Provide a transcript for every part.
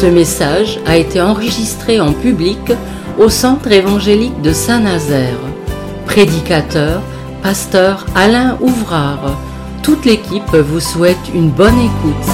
Ce message a été enregistré en public au Centre évangélique de Saint-Nazaire. Prédicateur, pasteur Alain Ouvrard. Toute l'équipe vous souhaite une bonne écoute.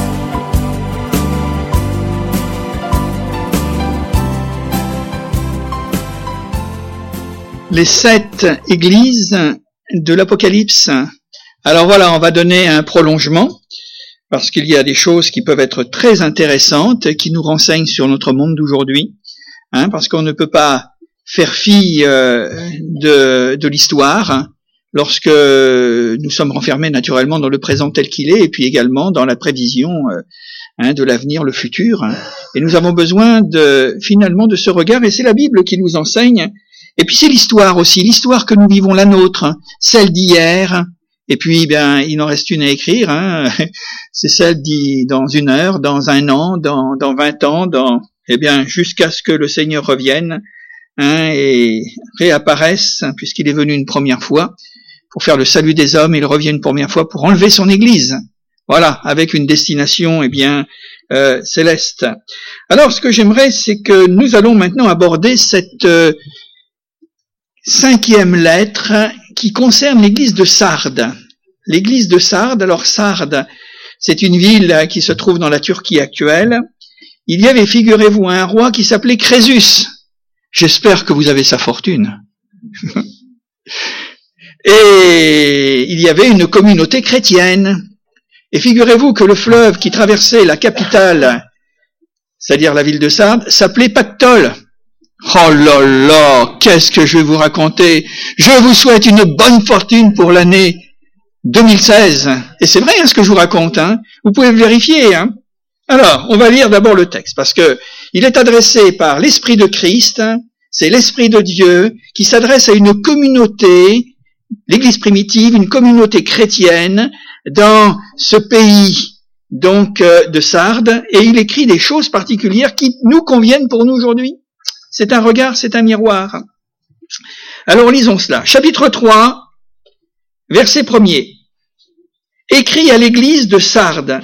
Les 7 églises de l'Apocalypse. Alors voilà, on va donner un prolongement, parce qu'il y a des choses qui peuvent être très intéressantes, qui nous renseignent sur notre monde d'aujourd'hui, parce qu'on ne peut pas faire fi de l'histoire, lorsque nous sommes renfermés naturellement dans le présent tel qu'il est, et puis également dans la prévision de l'avenir, le futur. Et nous avons besoin finalement de ce regard, et c'est la Bible qui nous enseigne. Et puis c'est l'histoire aussi, l'histoire que nous vivons, la nôtre, celle d'hier. Et puis, il en reste une à écrire, c'est celle dit dans 1 heure, dans 1 an, dans 20 ans, jusqu'à ce que le Seigneur revienne, et réapparaisse, puisqu'il est venu une première fois, pour faire le salut des hommes, il revient une première fois pour enlever son Église. Voilà, avec une destination, céleste. Alors, ce que j'aimerais, c'est que nous allons maintenant aborder cette 5e lettre qui concerne l'église de Sardes. L'église de Sardes, alors Sardes, c'est une ville qui se trouve dans la Turquie actuelle. Il y avait, figurez-vous, un roi qui s'appelait Crésus. J'espère que vous avez sa fortune. Et il y avait une communauté chrétienne. Et figurez-vous que le fleuve qui traversait la capitale, c'est-à-dire la ville de Sardes, s'appelait Pactole. Oh là là, qu'est-ce que je vais vous raconter? Je vous souhaite une bonne fortune pour l'année 2016. Et c'est vrai ce que je vous raconte, Vous pouvez le vérifier, Alors, on va lire d'abord le texte, parce que il est adressé par l'Esprit de Christ, c'est l'Esprit de Dieu qui s'adresse à une communauté, l'Église primitive, une communauté chrétienne dans ce pays, donc de Sardes, et il écrit des choses particulières qui nous conviennent pour nous aujourd'hui. C'est un regard, c'est un miroir. Alors lisons cela. Chapitre 3, verset 1er. Écrit à l'église de Sardes.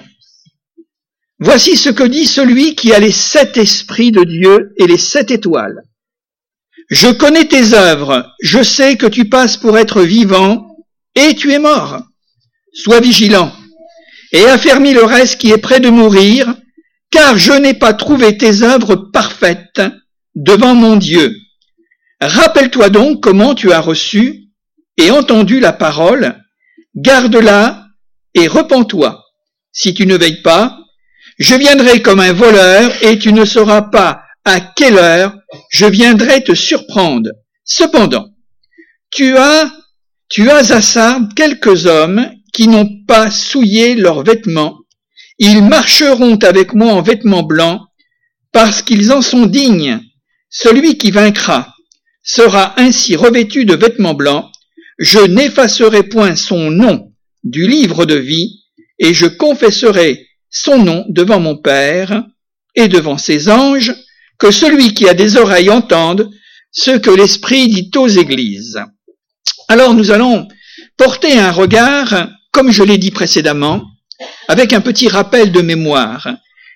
Voici ce que dit celui qui a les 7 esprits de Dieu et les 7 étoiles. Je connais tes œuvres, je sais que tu passes pour être vivant et tu es mort. Sois vigilant et affermis le reste qui est près de mourir, car je n'ai pas trouvé tes œuvres parfaites devant mon Dieu. Rappelle-toi donc comment tu as reçu et entendu la parole, garde-la et repens-toi. Si tu ne veilles pas, je viendrai comme un voleur et tu ne sauras pas à quelle heure je viendrai te surprendre. Cependant, tu as à Sardes quelques hommes qui n'ont pas souillé leurs vêtements. Ils marcheront avec moi en vêtements blancs parce qu'ils en sont dignes. Celui qui vaincra sera ainsi revêtu de vêtements blancs. Je n'effacerai point son nom du livre de vie, et je confesserai son nom devant mon Père et devant ses anges, que celui qui a des oreilles entende ce que l'Esprit dit aux églises. Alors nous allons porter un regard, comme je l'ai dit précédemment, avec un petit rappel de mémoire.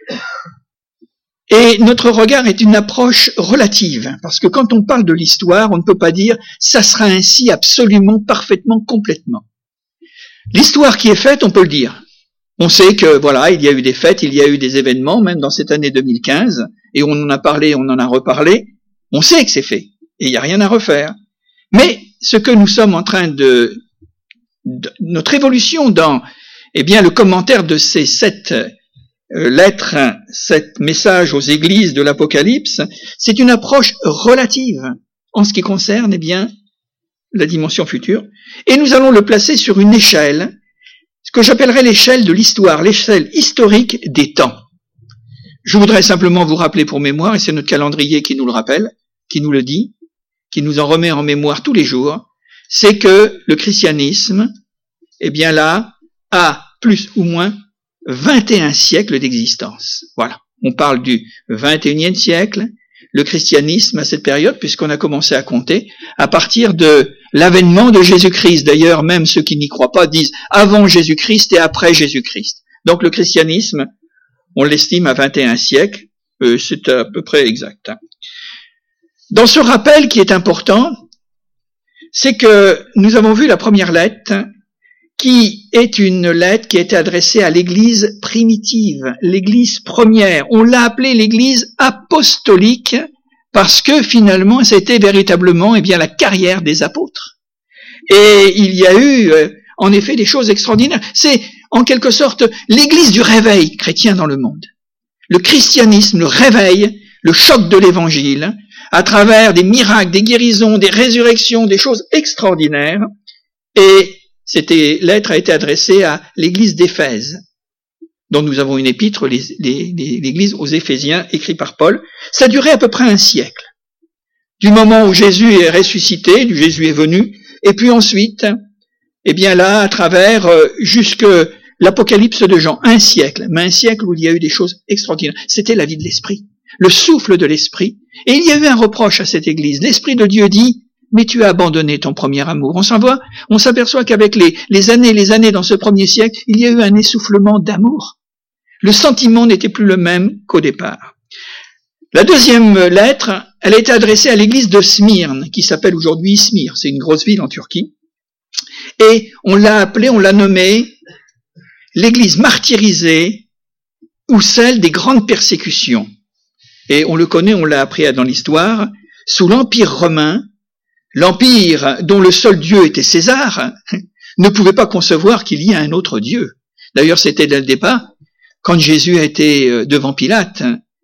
Et notre regard est une approche relative, parce que quand on parle de l'histoire, on ne peut pas dire « ça sera ainsi absolument, parfaitement, complètement ». L'histoire qui est faite, on peut le dire. On sait que, voilà, il y a eu des fêtes, il y a eu des événements, même dans cette année 2015, et on en a parlé, on en a reparlé. On sait que c'est fait, et il n'y a rien à refaire. Mais ce que nous sommes en train de notre évolution dans, le commentaire de ces 7 lettres, 7 messages aux églises de l'Apocalypse, c'est une approche relative en ce qui concerne, la dimension future. Et nous allons le placer sur une échelle, ce que j'appellerais l'échelle de l'histoire, l'échelle historique des temps. Je voudrais simplement vous rappeler pour mémoire, et c'est notre calendrier qui nous le rappelle, qui nous le dit, qui nous en remet en mémoire tous les jours, c'est que le christianisme, a plus ou moins 21 siècles d'existence. Voilà. On parle du 21e siècle, le christianisme à cette période, puisqu'on a commencé à compter, à partir de l'avènement de Jésus-Christ. D'ailleurs, même ceux qui n'y croient pas disent avant Jésus-Christ et après Jésus-Christ. Donc le christianisme, on l'estime à 21 siècles, C'est à peu près exact. Dans ce rappel qui est important, c'est que nous avons vu la première lettre, qui est une lettre qui a été adressée à l'église primitive, l'église première. On l'a appelée l'église apostolique parce que finalement c'était véritablement la carrière des apôtres. Et il y a eu en effet des choses extraordinaires. C'est en quelque sorte l'église du réveil chrétien dans le monde. Le christianisme, le réveil, le choc de l'évangile, à travers des miracles, des guérisons, des résurrections, des choses extraordinaires. Et cette lettre a été adressée à l'église d'Éphèse, dont nous avons une épître, l'église aux Éphésiens, écrite par Paul. Ça durait à peu près un siècle. Du moment où Jésus est ressuscité, Jésus est venu, et puis ensuite, là, à travers jusque l'Apocalypse de Jean, un siècle, mais un siècle où il y a eu des choses extraordinaires. C'était la vie de l'Esprit, le souffle de l'Esprit. Et il y a eu un reproche à cette église. L'Esprit de Dieu dit, mais tu as abandonné ton premier amour. On s'aperçoit qu'avec les années dans ce premier siècle, il y a eu un essoufflement d'amour. Le sentiment n'était plus le même qu'au départ. La deuxième lettre, elle a été adressée à l'église de Smyrne, qui s'appelle aujourd'hui Izmir. C'est une grosse ville en Turquie. Et on l'a nommée l'église martyrisée ou celle des grandes persécutions. Et on le connaît, on l'a appris dans l'histoire, sous l'Empire romain, l'Empire dont le seul Dieu était César, ne pouvait pas concevoir qu'il y ait un autre Dieu. D'ailleurs, c'était dès le départ, quand Jésus a été devant Pilate,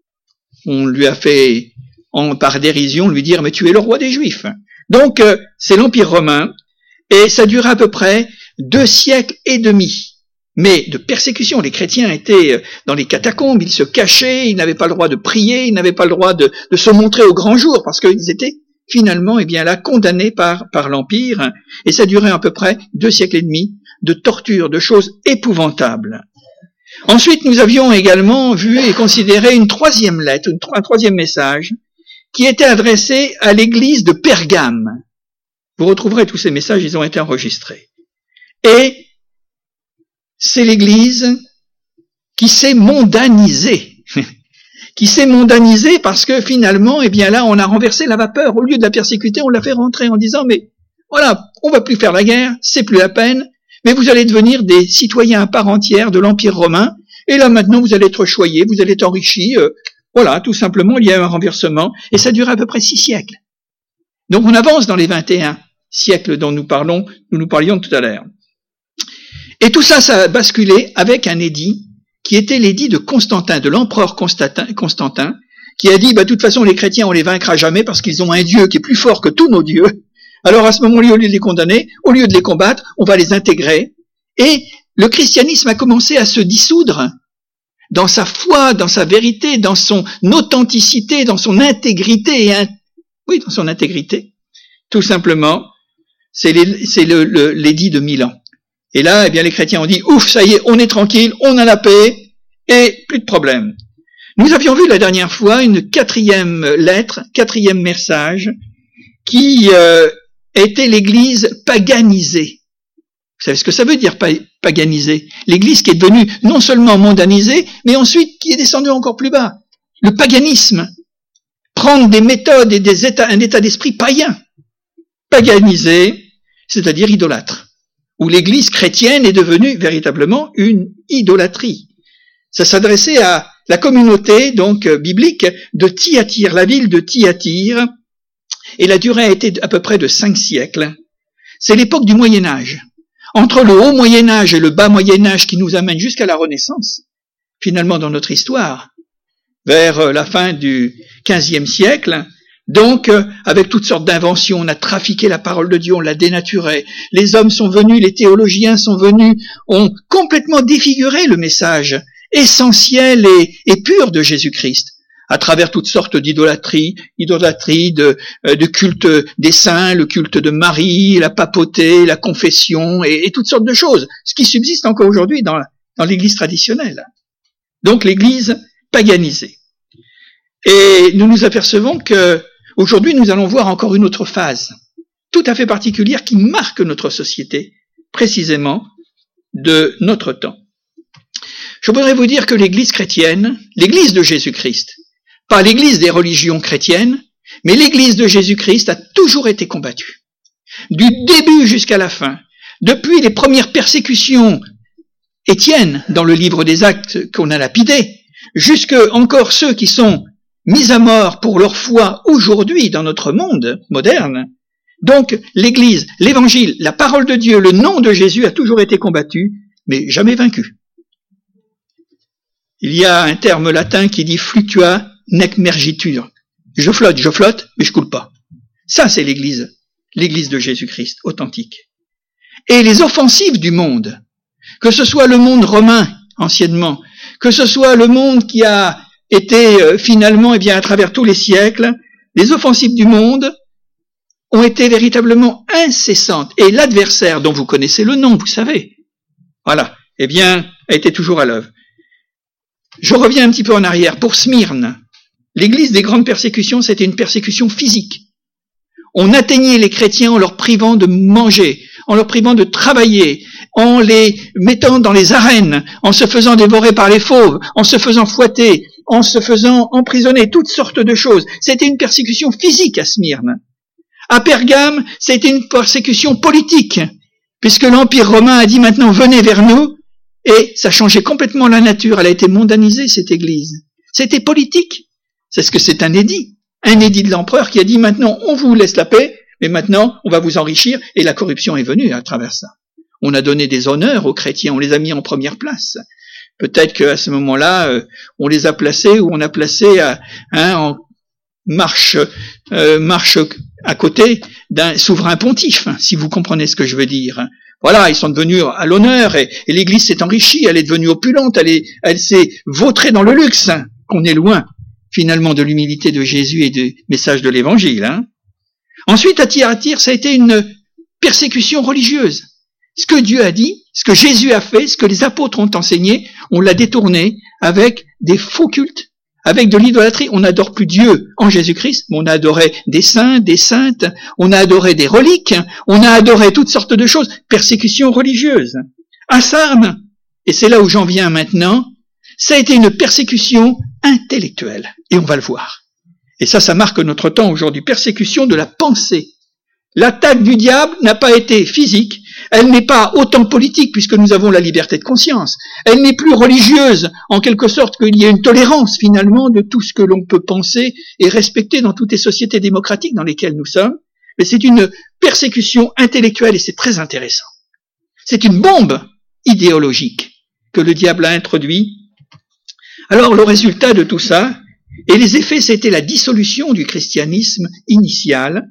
on lui a fait, par dérision, lui dire « mais tu es le roi des Juifs ». Donc, c'est l'Empire romain, et ça dura à peu près 2 siècles et demi. Mais de persécution, les chrétiens étaient dans les catacombes, ils se cachaient, ils n'avaient pas le droit de prier, ils n'avaient pas le droit de se montrer au grand jour, parce qu'ils étaient finalement condamnés par l'Empire, et ça durait à peu près 2 siècles et demi de torture, de choses épouvantables. Ensuite, nous avions également vu et considéré une troisième lettre, un troisième message, qui était adressé à l'église de Pergame. Vous retrouverez tous ces messages, ils ont été enregistrés. Et c'est l'église qui s'est mondanisée. Qui s'est mondanisée parce que finalement, là, on a renversé la vapeur. Au lieu de la persécuter, on l'a fait rentrer en disant, mais voilà, on va plus faire la guerre, c'est plus la peine, mais vous allez devenir des citoyens à part entière de l'Empire romain, et là maintenant vous allez être choyés, vous allez être enrichis, voilà, tout simplement, il y a eu un renversement, et ça dure à peu près 6 siècles. Donc on avance dans les 21 siècles dont nous parlions tout à l'heure. Et tout ça, ça a basculé avec un édit qui était l'édit de Constantin, de l'empereur Constantin, qui a dit, de toute façon, les chrétiens, on les vaincra jamais parce qu'ils ont un Dieu qui est plus fort que tous nos dieux. Alors à ce moment-là, au lieu de les condamner, au lieu de les combattre, on va les intégrer. Et le christianisme a commencé à se dissoudre dans sa foi, dans sa vérité, dans son authenticité, dans son intégrité, dans son intégrité. Tout simplement, c'est l'édit de Milan. Et là, les chrétiens ont dit, ouf, ça y est, on est tranquille, on a la paix, et plus de problème. Nous avions vu la dernière fois une 4e lettre, 4e message, qui était l'église paganisée. Vous savez ce que ça veut dire, paganisée? L'église qui est devenue non seulement mondanisée, mais ensuite qui est descendue encore plus bas. Le paganisme. Prendre des méthodes et un état d'esprit païen. Paganisé, c'est-à-dire idolâtre. Où l'église chrétienne est devenue véritablement une idolâtrie. Ça s'adressait à la communauté, donc, biblique de Thyatire, la ville de Thyatire, et la durée a été à peu près de 5 siècles. C'est l'époque du Moyen-Âge. Entre le haut Moyen-Âge et le bas Moyen-Âge qui nous amène jusqu'à la Renaissance, finalement dans notre histoire, vers la fin du XVe siècle, donc, avec toutes sortes d'inventions, on a trafiqué la parole de Dieu, on l'a dénaturée. Les hommes sont venus, les théologiens sont venus, ont complètement défiguré le message essentiel et pur de Jésus-Christ, à travers toutes sortes d'idolâtries, de culte des saints, le culte de Marie, la papauté, la confession, et toutes sortes de choses, ce qui subsiste encore aujourd'hui dans l'église traditionnelle. Donc l'église paganisée. Et nous nous apercevons que aujourd'hui, nous allons voir encore une autre phase, tout à fait particulière, qui marque notre société, précisément, de notre temps. Je voudrais vous dire que l'église chrétienne, l'église de Jésus-Christ, pas l'église des religions chrétiennes, mais l'église de Jésus-Christ a toujours été combattue. Du début jusqu'à la fin, depuis les premières persécutions Étienne dans le livre des Actes qu'on a lapidé, jusque encore ceux qui sont mis à mort pour leur foi aujourd'hui dans notre monde moderne. Donc l'Église, l'Évangile, la parole de Dieu, le nom de Jésus a toujours été combattu, mais jamais vaincu. Il y a un terme latin qui dit fluctua nec mergitur. Je flotte, mais je coule pas. Ça c'est l'Église de Jésus-Christ, authentique. Et les offensives du monde, que ce soit le monde romain anciennement, que ce soit le monde qui a été finalement, à travers tous les siècles, les offensives du monde ont été véritablement incessantes. Et l'adversaire, dont vous connaissez le nom, vous savez, voilà, a été toujours à l'œuvre. Je reviens un petit peu en arrière. Pour Smyrne, l'église des grandes persécutions, c'était une persécution physique. On atteignait les chrétiens en leur privant de manger, en leur privant de travailler, en les mettant dans les arènes, en se faisant dévorer par les fauves, en se faisant fouetter, en se faisant emprisonner, toutes sortes de choses. C'était une persécution physique à Smyrne. À Pergame, c'était une persécution politique, puisque l'Empire romain a dit maintenant venez vers nous, et ça changeait complètement la nature. Elle a été mondanisée, cette église. C'était politique. C'est ce que c'est un édit de l'empereur qui a dit maintenant on vous laisse la paix, mais maintenant on va vous enrichir, et la corruption est venue à travers ça. On a donné des honneurs aux chrétiens, on les a mis en première place. Peut-être qu'à ce moment-là, on les a placés, ou on a placé en marche à côté d'un souverain pontife, si vous comprenez ce que je veux dire. Voilà, ils sont devenus à l'honneur, et l'Église s'est enrichie, elle est devenue opulente, elle s'est vautrée dans le luxe, qu'on est loin, finalement, de l'humilité de Jésus et du message de l'Évangile. Ensuite, à Thyatire, ça a été une persécution religieuse. Ce que Dieu a dit, ce que Jésus a fait, ce que les apôtres ont enseigné, on l'a détourné avec des faux cultes, avec de l'idolâtrie. On n'adore plus Dieu en Jésus-Christ, mais on a adoré des saints, des saintes, on a adoré des reliques, on a adoré toutes sortes de choses. Persécution religieuse. À Sardes, et c'est là où j'en viens maintenant, ça a été une persécution intellectuelle, et on va le voir. Et ça marque notre temps aujourd'hui. Persécution de la pensée. L'attaque du diable n'a pas été physique, elle n'est pas autant politique puisque nous avons la liberté de conscience, elle n'est plus religieuse en quelque sorte qu'il y ait une tolérance finalement de tout ce que l'on peut penser et respecter dans toutes les sociétés démocratiques dans lesquelles nous sommes, mais c'est une persécution intellectuelle et c'est très intéressant. C'est une bombe idéologique que le diable a introduit. Alors le résultat de tout ça, et les effets, c'était la dissolution du christianisme initial,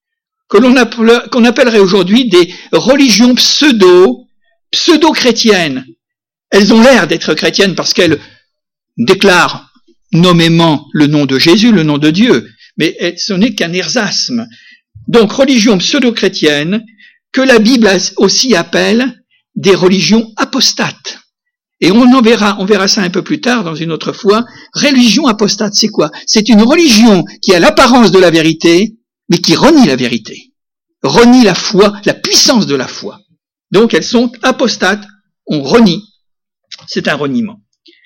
qu'on appellerait aujourd'hui des religions pseudo-chrétiennes. Elles ont l'air d'être chrétiennes parce qu'elles déclarent nommément le nom de Jésus, le nom de Dieu, mais ce n'est qu'un ersasme. Donc, religions pseudo-chrétiennes que la Bible aussi appelle des religions apostates. Et on verra ça un peu plus tard dans une autre fois. Religion apostate, c'est quoi? C'est une religion qui a l'apparence de la vérité, mais qui renie la vérité, renie la foi, la puissance de la foi. Donc elles sont apostates, on renie, c'est un reniement.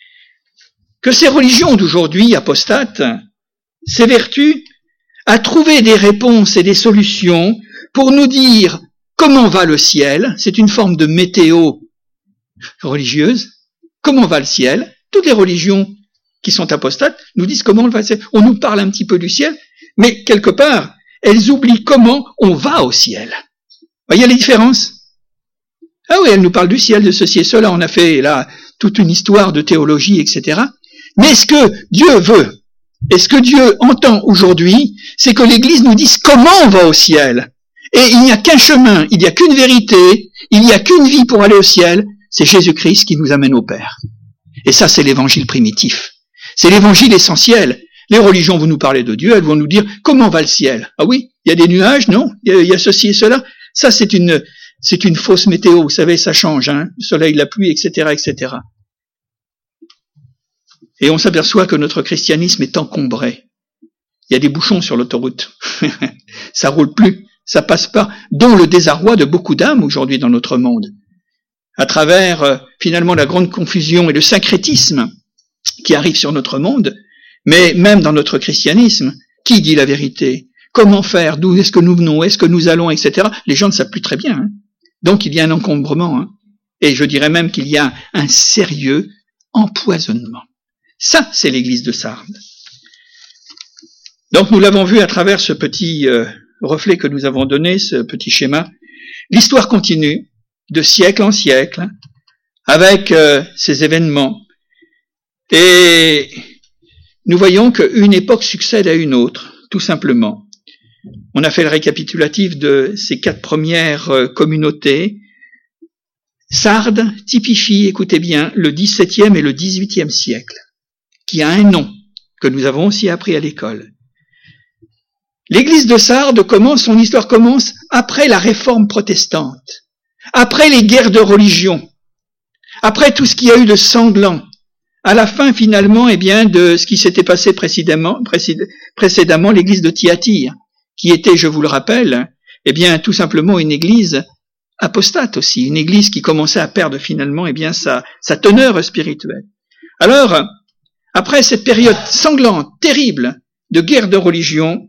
Que ces religions d'aujourd'hui apostates s'évertuent à trouver des réponses et des solutions pour nous dire comment va le ciel, c'est une forme de météo religieuse, comment va le ciel. Toutes les religions qui sont apostates nous disent comment va le ciel. On nous parle un petit peu du ciel, mais quelque part, elles oublient comment on va au ciel. Voyez les différences? Ah oui, elles nous parlent du ciel, de ceci et cela. On a fait là toute une histoire de théologie, etc. Mais ce que Dieu veut, et ce que Dieu entend aujourd'hui, c'est que l'Église nous dise comment on va au ciel. Et il n'y a qu'un chemin, il n'y a qu'une vérité, il n'y a qu'une vie pour aller au ciel, c'est Jésus-Christ qui nous amène au Père. Et ça, c'est l'évangile primitif. C'est l'évangile essentiel. Les religions vont nous parler de Dieu, elles vont nous dire comment va le ciel. Ah oui, il y a des nuages, non? Il y a ceci et cela. Ça, c'est une fausse météo. Vous savez, ça change, le soleil, la pluie, etc., etc. Et on s'aperçoit que notre christianisme est encombré. Il y a des bouchons sur l'autoroute. Ça roule plus, ça passe pas. Dont le désarroi de beaucoup d'âmes aujourd'hui dans notre monde. À travers, finalement, la grande confusion et le syncrétisme qui arrive sur notre monde, Mais même dans notre christianisme, qui dit la vérité? Comment faire? D'où est-ce que nous venons? Est-ce que nous allons? Etc. Les gens ne savent plus très bien. Hein. Donc il y a un encombrement. Hein. Et je dirais même qu'il y a un sérieux empoisonnement. Ça, c'est l'église de Sardes. Donc nous l'avons vu à travers ce petit reflet que nous avons donné, ce petit schéma. L'histoire continue de siècle en siècle avec ces événements. Et nous voyons qu'une époque succède à une autre, tout simplement. On a fait le récapitulatif de ces 4 premières communautés. Sardes typifie, écoutez bien, le XVIIe et le XVIIIe siècle, qui a un nom que nous avons aussi appris à l'école. L'église de Sardes son histoire commence après la réforme protestante, après les guerres de religion, après tout ce qu'il y a eu de sanglant, à la fin finalement, de ce qui s'était passé précédemment, l'église de Thyatire, qui était, je vous le rappelle, tout simplement une église apostate aussi, une église qui commençait à perdre finalement, sa teneur spirituelle. Alors, après cette période sanglante, terrible, de guerre de religion,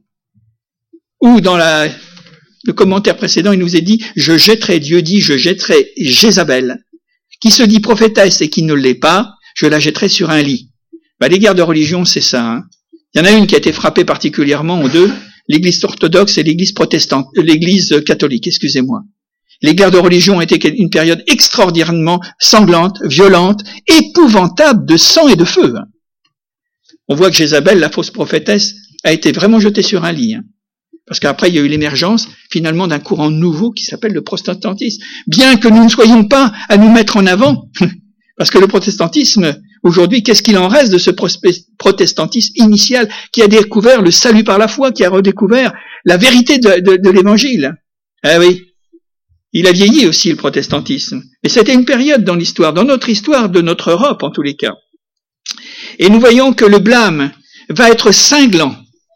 où dans le commentaire précédent, il nous est dit, Dieu dit, je jetterai Jézabel, qui se dit prophétesse et qui ne l'est pas, je la jetterai sur un lit. Les guerres de religion, c'est ça. Hein. Il y en a une qui a été frappée particulièrement aux deux, l'église orthodoxe et l'église protestante, l'église catholique, excusez-moi. Les guerres de religion ont été une période extraordinairement sanglante, violente, épouvantable de sang et de feu. Hein. On voit que Jézabel, la fausse prophétesse, a été vraiment jetée sur un lit. Hein. Parce qu'après, il y a eu l'émergence, finalement, d'un courant nouveau qui s'appelle le protestantisme. Bien que nous ne soyons pas à nous mettre en avant, parce que le protestantisme, aujourd'hui, qu'est-ce qu'il en reste de ce protestantisme initial qui a découvert le salut par la foi, qui a redécouvert la vérité de l'évangile? Ah oui, il a vieilli aussi, le protestantisme. Et c'était une période dans l'histoire, dans notre histoire de notre Europe, en tous les cas. Et nous voyons que le blâme va être cinglant.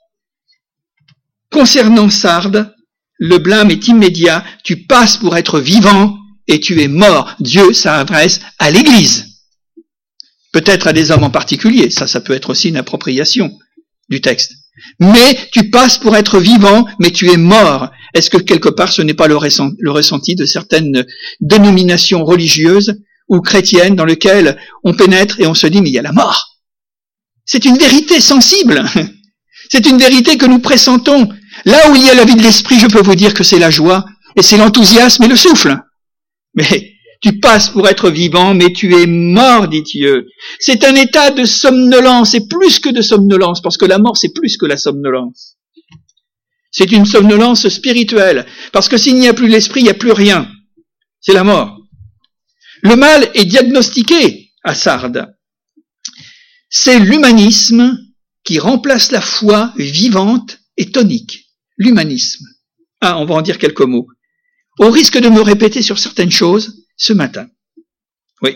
Concernant Sardes, le blâme est immédiat. Tu passes pour être vivant et tu es mort. Dieu s'adresse à l'Église. Peut-être à des hommes en particulier. Ça peut être aussi une appropriation du texte. Mais tu passes pour être vivant, mais tu es mort. Est-ce que quelque part ce n'est pas le ressenti de certaines dénominations religieuses ou chrétiennes dans lesquelles on pénètre et on se dit mais il y a la mort. C'est une vérité sensible. C'est une vérité que nous pressentons. Là où il y a la vie de l'esprit, je peux vous dire que c'est la joie, et c'est l'enthousiasme et le souffle. Mais tu passes pour être vivant, mais tu es mort, dit Dieu. C'est un état de somnolence, et plus que de somnolence, parce que la mort, c'est plus que la somnolence. C'est une somnolence spirituelle, parce que s'il n'y a plus l'esprit, il n'y a plus rien. C'est la mort. Le mal est diagnostiqué à Sardes. C'est l'humanisme qui remplace la foi vivante et tonique. L'humanisme. On va en dire quelques mots. Au risque de me répéter sur certaines choses, ce matin. Oui.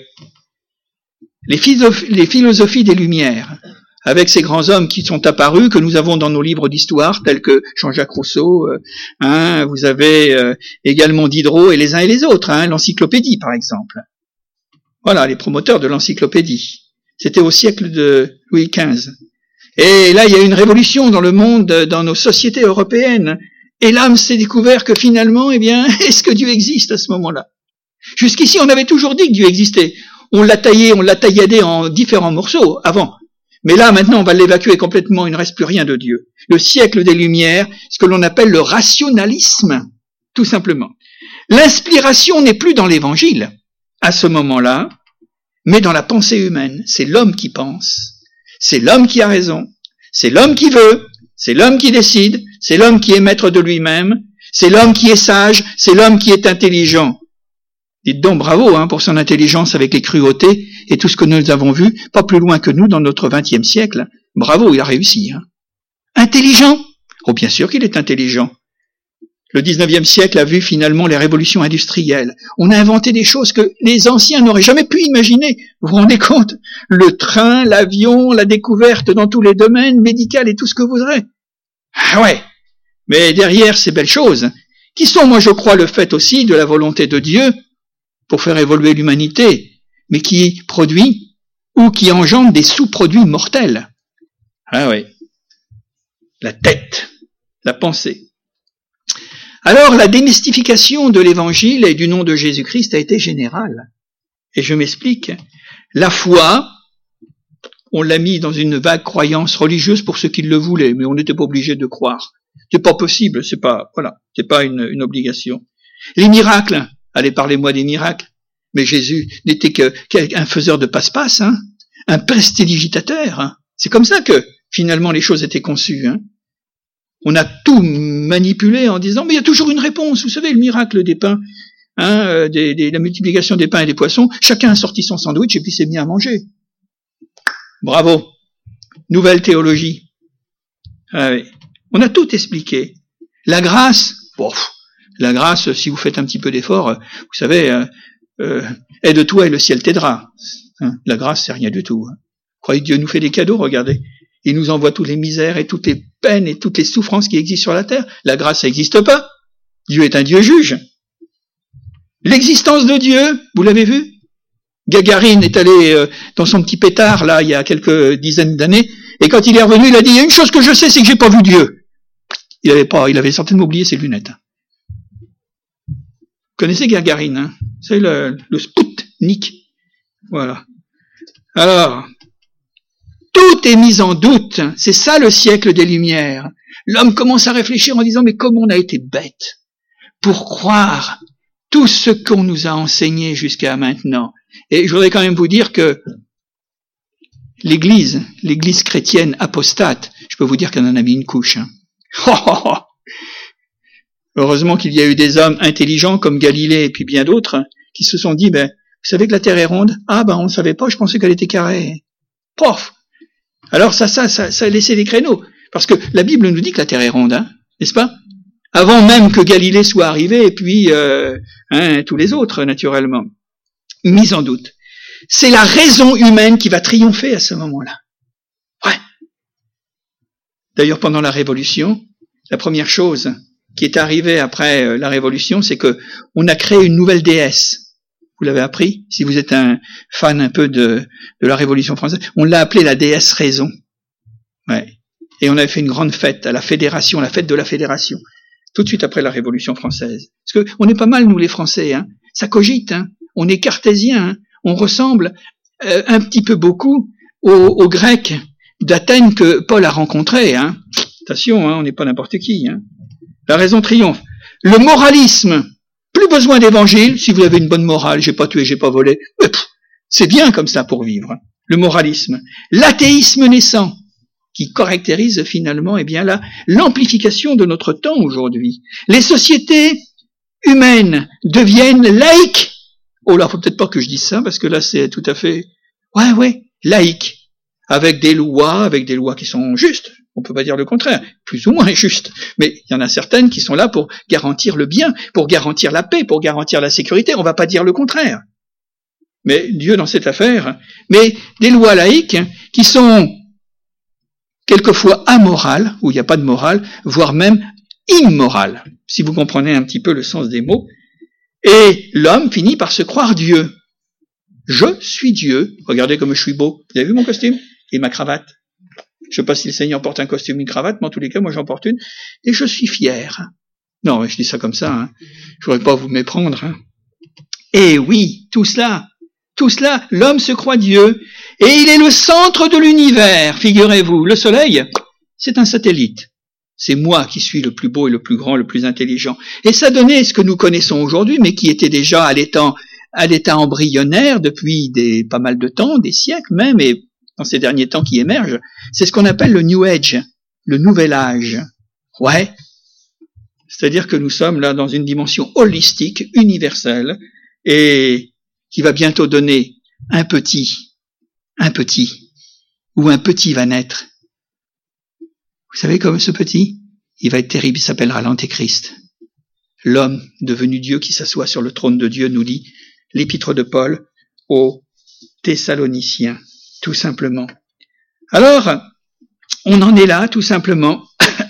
Les philosophies des Lumières, avec ces grands hommes qui sont apparus, que nous avons dans nos livres d'histoire, tels que Jean-Jacques Rousseau, vous avez également Diderot et les uns et les autres, l'encyclopédie par exemple. Voilà, les promoteurs de l'encyclopédie. C'était au siècle de Louis XV. Et là, il y a une révolution dans le monde, dans nos sociétés européennes. Et l'âme s'est découvert que finalement, est-ce que Dieu existe à ce moment-là? Jusqu'ici, on avait toujours dit que Dieu existait. On l'a tailladé en différents morceaux avant. Mais là, maintenant, on va l'évacuer complètement. Il ne reste plus rien de Dieu. Le siècle des Lumières, ce que l'on appelle le rationalisme, tout simplement. L'inspiration n'est plus dans l'Évangile, à ce moment-là, mais dans la pensée humaine. C'est l'homme qui pense. C'est l'homme qui a raison, c'est l'homme qui veut, c'est l'homme qui décide, c'est l'homme qui est maître de lui-même, c'est l'homme qui est sage, c'est l'homme qui est intelligent. Dites donc bravo pour son intelligence avec les cruautés et tout ce que nous avons vu, pas plus loin que nous dans notre 20e siècle. Bravo, il a réussi. Intelligent? Oh bien sûr qu'il est intelligent. Le 19e siècle a vu finalement les révolutions industrielles. On a inventé des choses que les anciens n'auraient jamais pu imaginer. Vous vous rendez compte? Le train, l'avion, la découverte dans tous les domaines, médical et tout ce que vous voudrez. Ah ouais. Mais derrière ces belles choses, qui sont, moi je crois, le fait aussi de la volonté de Dieu pour faire évoluer l'humanité, mais qui produit ou qui engendre des sous-produits mortels. Ah oui. La tête, la pensée. Alors, la démystification de l'évangile et du nom de Jésus-Christ a été générale. Et je m'explique. La foi, on l'a mis dans une vague croyance religieuse pour ceux qui le voulaient, mais on n'était pas obligé de croire. C'est pas possible, c'est pas une obligation. Les miracles, allez, parlez-moi des miracles. Mais Jésus n'était qu'un faiseur de passe-passe, hein, un prestidigitateur. Hein. C'est comme ça que, finalement, les choses étaient conçues. Hein. On a tout manipulé en disant, mais il y a toujours une réponse. Vous savez, le miracle des pains, hein, la multiplication des pains et des poissons, chacun a sorti son sandwich et puis s'est mis à manger. Bravo. Nouvelle théologie. Ah oui. On a tout expliqué. La grâce, la grâce, si vous faites un petit peu d'effort, vous savez, aide-toi et le ciel t'aidera. Hein, la grâce, c'est rien du tout. Hein. Croyez que Dieu nous fait des cadeaux, regardez. Il nous envoie toutes les misères et toutes les peines et toutes les souffrances qui existent sur la terre. La grâce, ça n'existe pas. Dieu est un Dieu juge. L'existence de Dieu, vous l'avez vu? Gagarine est allé dans son petit pétard, là, il y a quelques dizaines d'années, et quand il est revenu, il a dit, il y a une chose que je sais, c'est que j'ai pas vu Dieu. Il avait certainement oublié ses lunettes. Vous connaissez Gagarine, hein? C'est le Spoutnik. Voilà. Alors, tout est mis en doute. C'est ça le siècle des Lumières. L'homme commence à réfléchir en disant, mais comment on a été bête pour croire tout ce qu'on nous a enseigné jusqu'à maintenant. Et je voudrais quand même vous dire que l'Église chrétienne apostate, je peux vous dire qu'elle en a mis une couche. Hein. Heureusement qu'il y a eu des hommes intelligents comme Galilée et puis bien d'autres qui se sont dit, vous savez que la Terre est ronde? Ah on ne savait pas, je pensais qu'elle était carrée. Pof! Alors ça a laissé des créneaux. Parce que la Bible nous dit que la Terre est ronde, hein, n'est-ce pas? Avant même que Galilée soit arrivé, et puis tous les autres, naturellement. Mis en doute. C'est la raison humaine qui va triompher à ce moment-là. Ouais. D'ailleurs, pendant la Révolution, la première chose qui est arrivée après la Révolution, c'est que on a créé une nouvelle déesse. Vous l'avez appris? Si vous êtes un fan un peu de la Révolution française, on l'a appelée la déesse raison. Ouais. Et on avait fait une grande fête à la Fédération, la fête de la Fédération, tout de suite après la Révolution française. Parce que on est pas mal, nous les Français, hein. Ça cogite, hein. On est cartésien, hein. On ressemble un petit peu beaucoup aux Grecs d'Athènes que Paul a rencontrés. Hein. Attention, hein, on n'est pas n'importe qui. Hein. La raison triomphe. Le moralisme, plus besoin d'évangile, si vous avez une bonne morale, j'ai pas tué, j'ai pas volé, c'est bien comme ça pour vivre. Le moralisme. L'athéisme naissant, qui caractérise finalement l'amplification de notre temps aujourd'hui. Les sociétés humaines deviennent laïques. Oh là, faut peut-être pas que je dise ça, parce que là, c'est tout à fait, laïque. Avec des lois qui sont justes. On peut pas dire le contraire. Plus ou moins justes. Mais il y en a certaines qui sont là pour garantir le bien, pour garantir la paix, pour garantir la sécurité. On va pas dire le contraire. Mais Dieu dans cette affaire. Mais des lois laïques qui sont quelquefois amorales, où il n'y a pas de morale, voire même immorales. Si vous comprenez un petit peu le sens des mots. Et l'homme finit par se croire Dieu. Je suis Dieu. Regardez comme je suis beau. Vous avez vu mon costume? Et ma cravate. Je ne sais pas si le Seigneur porte un costume ou une cravate, mais en tous les cas, moi j'en porte une. Et je suis fier. Non, je dis ça comme ça. Hein. Je ne voudrais pas vous méprendre. Hein. Et oui, tout cela, l'homme se croit Dieu. Et il est le centre de l'univers, figurez-vous. Le soleil, c'est un satellite. C'est moi qui suis le plus beau et le plus grand, le plus intelligent. Et ça donnait ce que nous connaissons aujourd'hui, mais qui était déjà à l'état embryonnaire depuis pas mal de temps, des siècles même, et dans ces derniers temps qui émergent. C'est ce qu'on appelle le New Age, le nouvel âge. Ouais. C'est-à-dire que nous sommes là dans une dimension holistique, universelle, et qui va bientôt donner un petit va naître. Vous savez comme ce petit? Il va être terrible, il s'appellera l'Antéchrist. L'homme devenu Dieu qui s'assoit sur le trône de Dieu, nous dit l'épître de Paul aux Thessaloniciens, tout simplement. Alors, on en est là, tout simplement.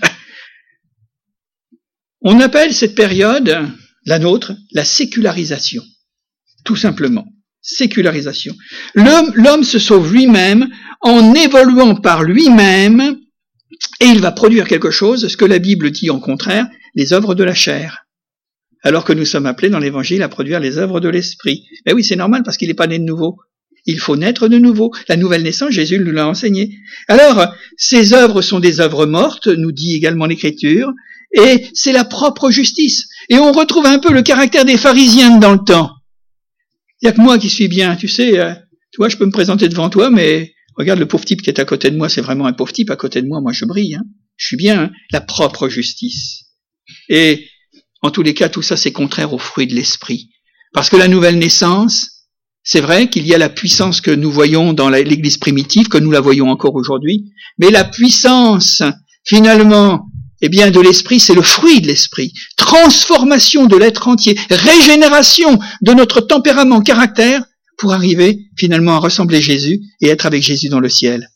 On appelle cette période, la nôtre, la sécularisation, tout simplement. Sécularisation. L'homme se sauve lui-même en évoluant par lui-même et il va produire quelque chose, ce que la Bible dit en contraire, les œuvres de la chair. Alors que nous sommes appelés dans l'Évangile à produire les œuvres de l'Esprit. Ben oui, c'est normal parce qu'il n'est pas né de nouveau. Il faut naître de nouveau. La nouvelle naissance, Jésus nous l'a enseigné. Alors, ces œuvres sont des œuvres mortes, nous dit également l'Écriture, et c'est la propre justice. Et on retrouve un peu le caractère des pharisiens dans le temps. Il n'y a que moi qui suis bien, tu sais, tu vois, je peux me présenter devant toi, mais regarde le pauvre type qui est à côté de moi, c'est vraiment un pauvre type à côté de moi, moi je brille, hein. Je suis bien, hein. La propre justice. Et en tous les cas, tout ça c'est contraire au fruit de l'esprit. Parce que la nouvelle naissance, c'est vrai qu'il y a la puissance que nous voyons dans l'Église primitive, que nous la voyons encore aujourd'hui, mais la puissance, finalement, eh bien, de l'esprit, c'est le fruit de l'esprit. Transformation de l'être entier, régénération de notre tempérament, caractère, pour arriver finalement à ressembler Jésus et être avec Jésus dans le ciel.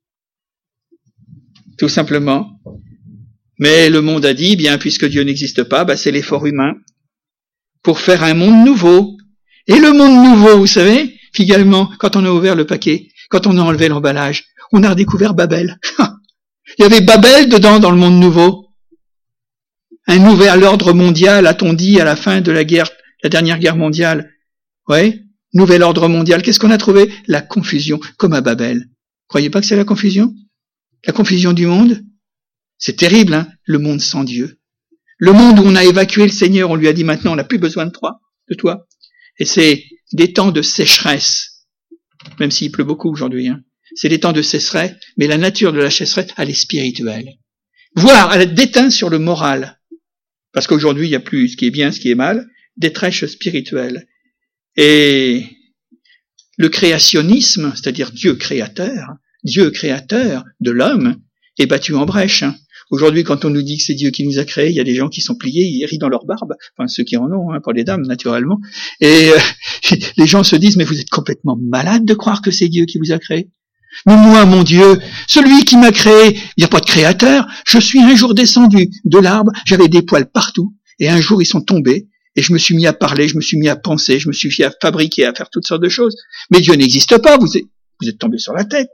Tout simplement. Mais le monde a dit, bien, puisque Dieu n'existe pas, c'est l'effort humain pour faire un monde nouveau. Et le monde nouveau, vous savez, finalement, quand on a ouvert le paquet, quand on a enlevé l'emballage, on a redécouvert Babel. Il y avait Babel dedans dans le monde nouveau. Un nouvel ordre mondial, a-t-on dit, à la fin de la dernière guerre mondiale. Ouais, nouvel ordre mondial. Qu'est-ce qu'on a trouvé? La confusion, comme à Babel. Croyez pas que c'est la confusion? La confusion du monde? C'est terrible, hein, le monde sans Dieu. Le monde où on a évacué le Seigneur, on lui a dit maintenant, on n'a plus besoin de toi. Et c'est des temps de sécheresse, même s'il pleut beaucoup aujourd'hui, hein. C'est des temps de sécheresse, mais la nature de la sécheresse, elle est spirituelle. Voire, elle est déteinte sur le moral. Parce qu'aujourd'hui, il n'y a plus ce qui est bien, ce qui est mal, détresse spirituelle. Et le créationnisme, c'est-à-dire Dieu créateur de l'homme, est battu en brèche. Aujourd'hui, quand on nous dit que c'est Dieu qui nous a créés, il y a des gens qui sont pliés, ils rient dans leur barbe, enfin ceux qui en ont, hein, pas les dames naturellement, et les gens se disent, mais vous êtes complètement malade de croire que c'est Dieu qui vous a créé. Mais moi, mon Dieu, celui qui m'a créé, il n'y a pas de créateur, je suis un jour descendu de l'arbre, j'avais des poils partout, et un jour ils sont tombés, et je me suis mis à parler, je me suis mis à penser, je me suis mis à fabriquer, à faire toutes sortes de choses. Mais Dieu n'existe pas, vous êtes tombé sur la tête.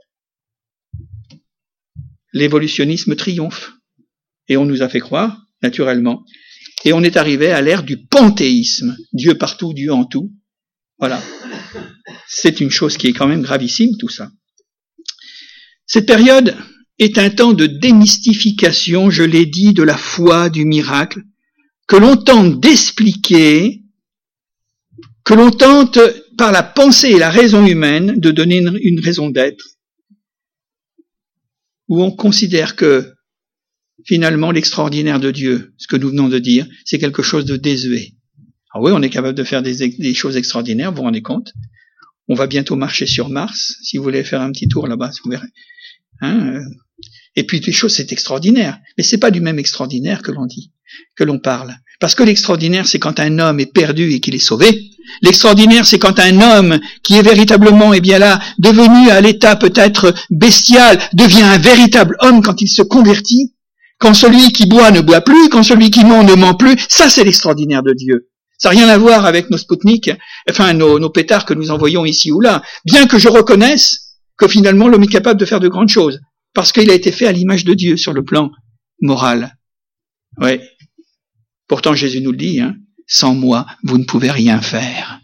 L'évolutionnisme triomphe. Et on nous a fait croire, naturellement. Et on est arrivé à l'ère du panthéisme. Dieu partout, Dieu en tout. Voilà. C'est une chose qui est quand même gravissime, tout ça. Cette période est un temps de démystification, je l'ai dit, de la foi, du miracle, que l'on tente d'expliquer, que l'on tente, par la pensée et la raison humaine, de donner une raison d'être, où on considère que, finalement, l'extraordinaire de Dieu, ce que nous venons de dire, c'est quelque chose de désuet. Ah oui, on est capable de faire des choses extraordinaires, vous vous rendez compte? On va bientôt marcher sur Mars, si vous voulez faire un petit tour là-bas, vous verrez. Et puis les choses, c'est extraordinaire, mais c'est pas du même extraordinaire que l'on dit, que l'on parle. Parce que l'extraordinaire, c'est quand un homme est perdu et qu'il est sauvé. L'extraordinaire, c'est quand un homme qui est véritablement, devenu à l'état peut-être bestial, devient un véritable homme quand il se convertit. Quand celui qui boit ne boit plus, quand celui qui ment ne ment plus, ça c'est l'extraordinaire de Dieu. Ça n'a rien à voir avec nos Spoutnik, nos pétards que nous envoyons ici ou là. Bien que je reconnaisse que finalement l'homme est capable de faire de grandes choses, parce qu'il a été fait à l'image de Dieu sur le plan moral. Ouais. Pourtant Jésus nous le dit, sans moi, vous ne pouvez rien faire.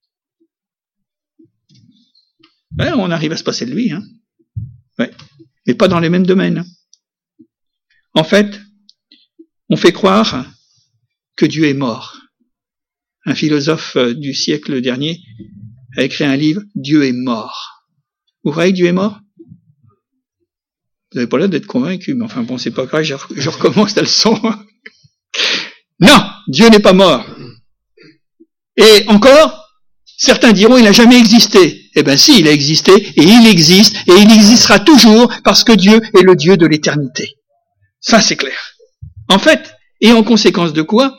Ouais, on arrive à se passer de lui, ouais. Mais pas dans les mêmes domaines. En fait, on fait croire que Dieu est mort. Un philosophe du siècle dernier a écrit un livre, Dieu est mort. Vous croyez que Dieu est mort? Vous n'avez pas l'air d'être convaincu, mais enfin bon, c'est pas grave, je recommence la leçon. Non, Dieu n'est pas mort. Et encore, certains diront, il n'a jamais existé. Eh bien si, il a existé, et il existe, et il existera toujours, parce que Dieu est le Dieu de l'éternité. Ça, c'est clair. En fait, et en conséquence de quoi,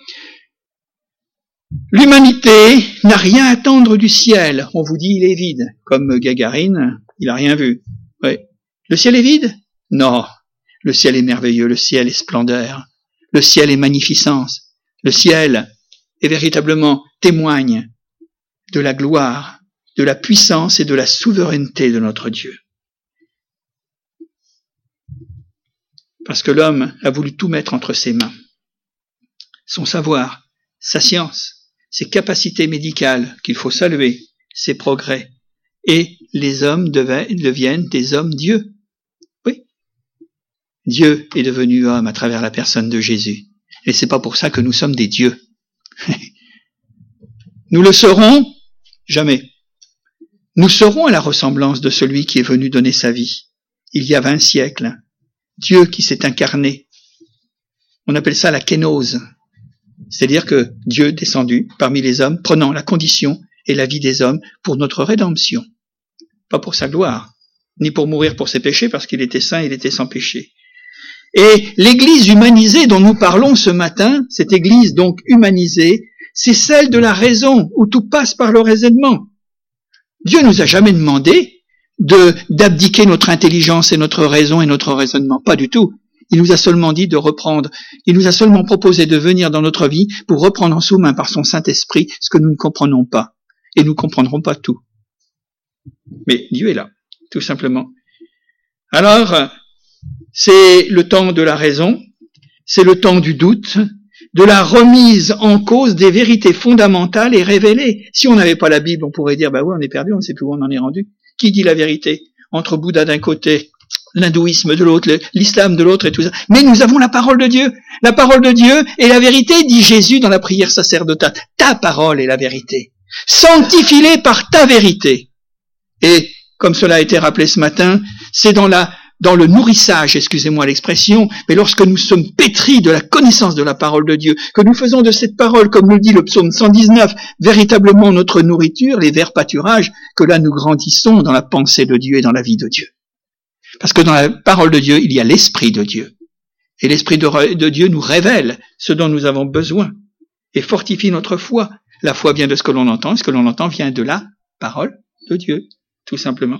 l'humanité n'a rien à attendre du ciel. On vous dit, il est vide. Comme Gagarine, il n'a rien vu. Ouais. Le ciel est vide? Non. Le ciel est merveilleux, le ciel est splendeur, le ciel est magnificence. Le ciel est véritablement témoigne de la gloire de la puissance et de la souveraineté de notre Dieu. Parce que l'homme a voulu tout mettre entre ses mains. Son savoir, sa science, ses capacités médicales, qu'il faut saluer, ses progrès. Et les hommes deviennent des hommes-dieux. Oui. Dieu est devenu homme à travers la personne de Jésus. Et c'est pas pour ça que nous sommes des dieux. Nous le serons jamais. Nous serons à la ressemblance de celui qui est venu donner sa vie, il y a 20 siècles. Dieu qui s'est incarné. On appelle ça la kénose. C'est-à-dire que Dieu descendu parmi les hommes, prenant la condition et la vie des hommes pour notre rédemption. Pas pour sa gloire, ni pour mourir pour ses péchés, parce qu'il était saint, il était sans péché. Et l'église humanisée dont nous parlons ce matin, cette église donc humanisée, c'est celle de la raison, où tout passe par le raisonnement. Dieu nous a jamais demandé d'abdiquer notre intelligence et notre raison et notre raisonnement. Pas du tout. Il nous a seulement dit de reprendre. Il nous a seulement proposé de venir dans notre vie pour reprendre en sous-main par son Saint-Esprit ce que nous ne comprenons pas. Et nous ne comprendrons pas tout. Mais Dieu est là, tout simplement. Alors, c'est le temps de la raison, c'est le temps du doute, de la remise en cause des vérités fondamentales et révélées. Si on n'avait pas la Bible, on pourrait dire, bah oui, on est perdu, on ne sait plus où on en est rendu. Qui dit la vérité? Entre Bouddha d'un côté, l'hindouisme de l'autre, l'islam de l'autre et tout ça. Mais nous avons la parole de Dieu. La parole de Dieu est la vérité, dit Jésus dans la prière sacerdotale. Ta parole est la vérité. Sanctifie-les par ta vérité. Et, comme cela a été rappelé ce matin, c'est dans le nourrissage, excusez-moi l'expression, mais lorsque nous sommes pétris de la connaissance de la parole de Dieu, que nous faisons de cette parole, comme le dit le psaume 119, véritablement notre nourriture, les verts pâturages, que là nous grandissons dans la pensée de Dieu et dans la vie de Dieu. Parce que dans la parole de Dieu, il y a l'Esprit de Dieu. Et l'Esprit de Dieu nous révèle ce dont nous avons besoin et fortifie notre foi. La foi vient de ce que l'on entend, et ce que l'on entend vient de la parole de Dieu, tout simplement.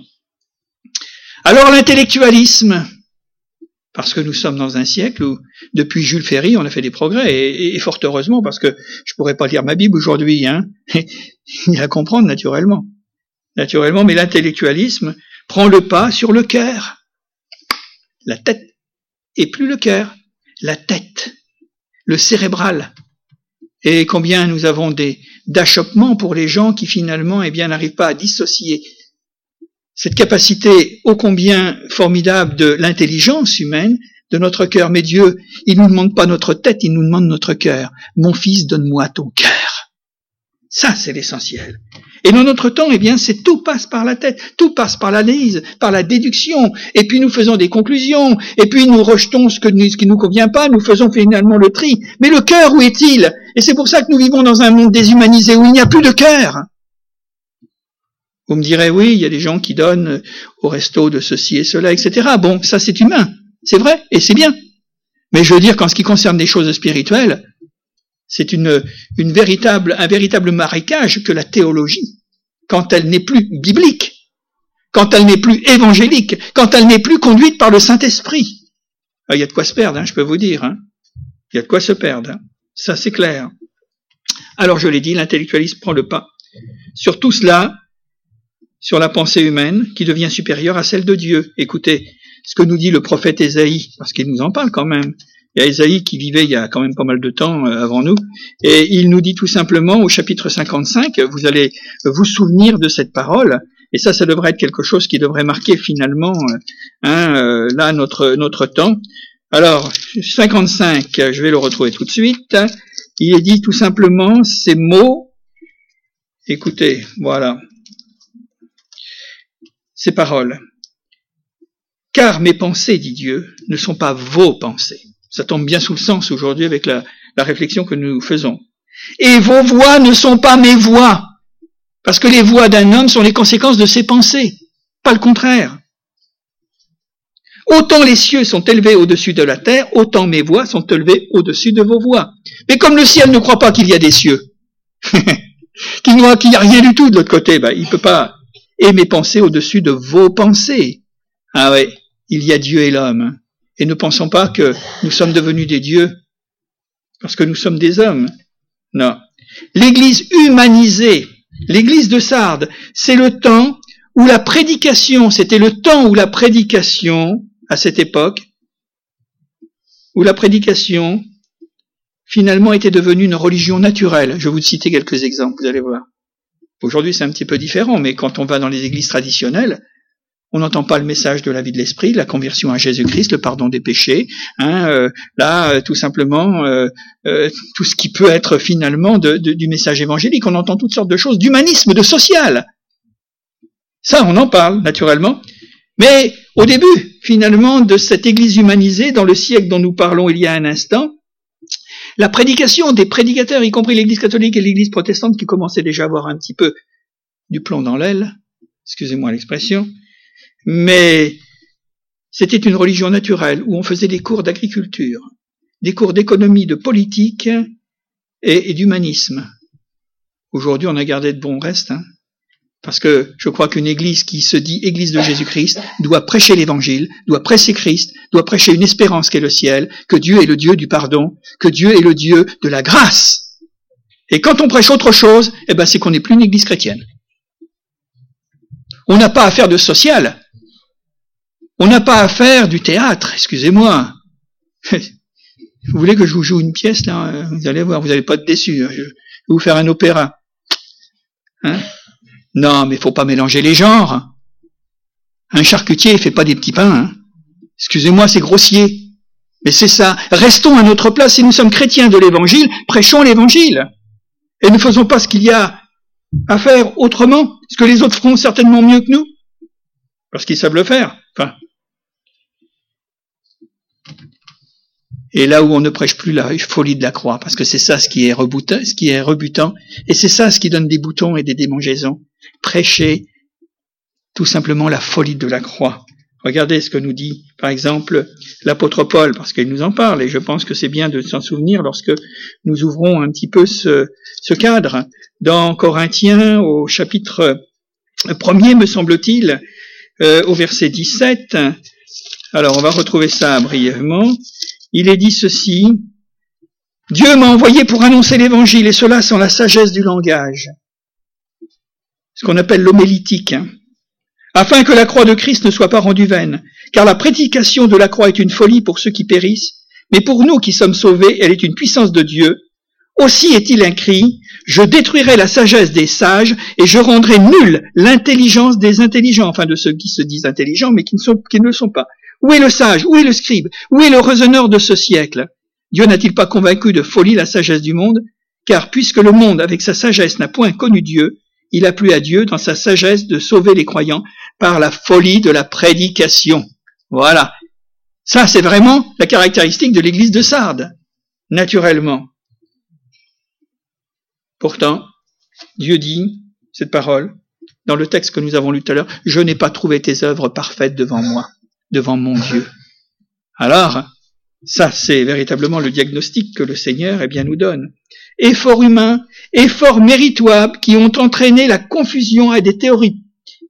Alors l'intellectualisme, parce que nous sommes dans un siècle où, depuis Jules Ferry, on a fait des progrès, et fort heureusement, parce que je pourrais pas lire ma Bible aujourd'hui, il y a à comprendre naturellement, mais l'intellectualisme prend le pas sur le cœur, la tête, et plus le cœur, la tête, le cérébral. Et combien nous avons d'achoppements pour les gens qui finalement, n'arrivent pas à dissocier cette capacité ô combien formidable de l'intelligence humaine, de notre cœur. Mais Dieu, il nous demande pas notre tête, il nous demande notre cœur. Mon fils, donne-moi ton cœur. Ça, c'est l'essentiel. Et dans notre temps, c'est tout passe par la tête, tout passe par l'analyse, par la déduction, et puis nous faisons des conclusions, et puis nous rejetons ce qui nous convient pas, nous faisons finalement le tri. Mais le cœur, où est-il? Et c'est pour ça que nous vivons dans un monde déshumanisé où il n'y a plus de cœur. Vous me direz, oui, il y a des gens qui donnent au resto de ceci et cela, etc. Bon, ça c'est humain, c'est vrai, et c'est bien. Mais je veux dire, qu'en ce qui concerne les choses spirituelles, c'est un véritable marécage que la théologie, quand elle n'est plus biblique, quand elle n'est plus évangélique, quand elle n'est plus conduite par le Saint-Esprit. Il y a de quoi se perdre, je peux vous dire. Il y a de quoi se perdre. Ça, c'est clair. Alors, je l'ai dit, l'intellectualisme prend le pas sur tout cela, sur la pensée humaine qui devient supérieure à celle de Dieu. Écoutez ce que nous dit le prophète Ésaïe, parce qu'il nous en parle quand même. Il y a Ésaïe qui vivait il y a quand même pas mal de temps avant nous, et il nous dit tout simplement au chapitre 55, vous allez vous souvenir de cette parole, et ça devrait être quelque chose qui devrait marquer finalement là notre temps. Alors, 55, je vais le retrouver tout de suite, il est dit tout simplement ces mots, écoutez, voilà, ces paroles. Car mes pensées, dit Dieu, ne sont pas vos pensées. Ça tombe bien sous le sens aujourd'hui avec la réflexion que nous faisons. Et vos voix ne sont pas mes voix. Parce que les voix d'un homme sont les conséquences de ses pensées, pas le contraire. Autant les cieux sont élevés au-dessus de la terre, autant mes voix sont élevées au-dessus de vos voix. Mais comme le ciel ne croit pas qu'il y a des cieux, qu'il n'y a rien du tout de l'autre côté, il ne peut pas aimer penser au-dessus de vos pensées. Ah ouais, il y a Dieu et l'homme. Et ne pensons pas que nous sommes devenus des dieux parce que nous sommes des hommes. Non. L'Église humanisée L'église de Sardes, c'est le temps où la prédication, c'était le temps où la prédication, à cette époque, où la prédication, finalement, était devenue une religion naturelle. Je vais vous citer quelques exemples, vous allez voir. Aujourd'hui, c'est un petit peu différent, mais quand on va dans les églises traditionnelles, on n'entend pas le message de la vie de l'esprit, la conversion à Jésus-Christ, le pardon des péchés. Tout simplement, tout ce qui peut être finalement du message évangélique. On entend toutes sortes de choses, d'humanisme, de social. Ça, on en parle, naturellement. Mais au début, finalement, de cette église humanisée, dans le siècle dont nous parlons il y a un instant, la prédication des prédicateurs, y compris l'église catholique et l'église protestante, qui commençaient déjà à avoir un petit peu du plomb dans l'aile, excusez-moi l'expression, mais c'était une religion naturelle où on faisait des cours d'agriculture, des cours d'économie, de politique et d'humanisme. Aujourd'hui, on a gardé de bons restes, parce que je crois qu'une église qui se dit église de Jésus-Christ doit prêcher l'évangile, doit prêcher Christ, doit prêcher une espérance qu'est le ciel, que Dieu est le Dieu du pardon, que Dieu est le Dieu de la grâce. Et quand on prêche autre chose, c'est qu'on n'est plus une église chrétienne. On n'a pas à faire de social. On n'a pas à faire du théâtre, excusez-moi. Vous voulez que je vous joue une pièce, là? Vous allez voir, vous n'allez pas être déçus. Je vais vous faire un opéra. Non, mais faut pas mélanger les genres. Un charcutier, il fait pas des petits pains. Excusez-moi, c'est grossier. Mais c'est ça. Restons à notre place. Si nous sommes chrétiens de l'évangile, prêchons l'évangile. Et ne faisons pas ce qu'il y a à faire autrement. Ce que les autres feront certainement mieux que nous. Parce qu'ils savent le faire. Et là où on ne prêche plus la folie de la croix, parce que c'est ça ce qui est rebutant, et c'est ça ce qui donne des boutons et des démangeaisons. Prêcher tout simplement la folie de la croix. Regardez ce que nous dit, par exemple, l'apôtre Paul, parce qu'il nous en parle, et je pense que c'est bien de s'en souvenir lorsque nous ouvrons un petit peu ce cadre. Dans Corinthiens, au chapitre 1er, me semble-t-il, au verset 17, alors on va retrouver ça brièvement. Il est dit ceci: Dieu m'a envoyé pour annoncer l'évangile, et cela sans la sagesse du langage. Ce qu'on appelle l'homélitique, afin que la croix de Christ ne soit pas rendue vaine, car la prédication de la croix est une folie pour ceux qui périssent, mais pour nous qui sommes sauvés, elle est une puissance de Dieu. Aussi est-il écrit: je détruirai la sagesse des sages, et je rendrai nulle l'intelligence des intelligents, enfin de ceux qui se disent intelligents, mais qui ne le sont pas. Où est le sage? Où est le scribe? Où est le raisonneur de ce siècle? Dieu n'a-t-il pas convaincu de folie la sagesse du monde? Car puisque le monde, avec sa sagesse, n'a point connu Dieu, il a plu à Dieu, dans sa sagesse, de sauver les croyants par la folie de la prédication. Voilà. Ça, c'est vraiment la caractéristique de l'église de Sardes, naturellement. Pourtant, Dieu dit, cette parole, dans le texte que nous avons lu tout à l'heure, « Je n'ai pas trouvé tes œuvres parfaites devant moi, devant mon Dieu. » Alors, ça, c'est véritablement le diagnostic que le Seigneur nous donne. Efforts humains, efforts méritoires qui ont entraîné la confusion et des théories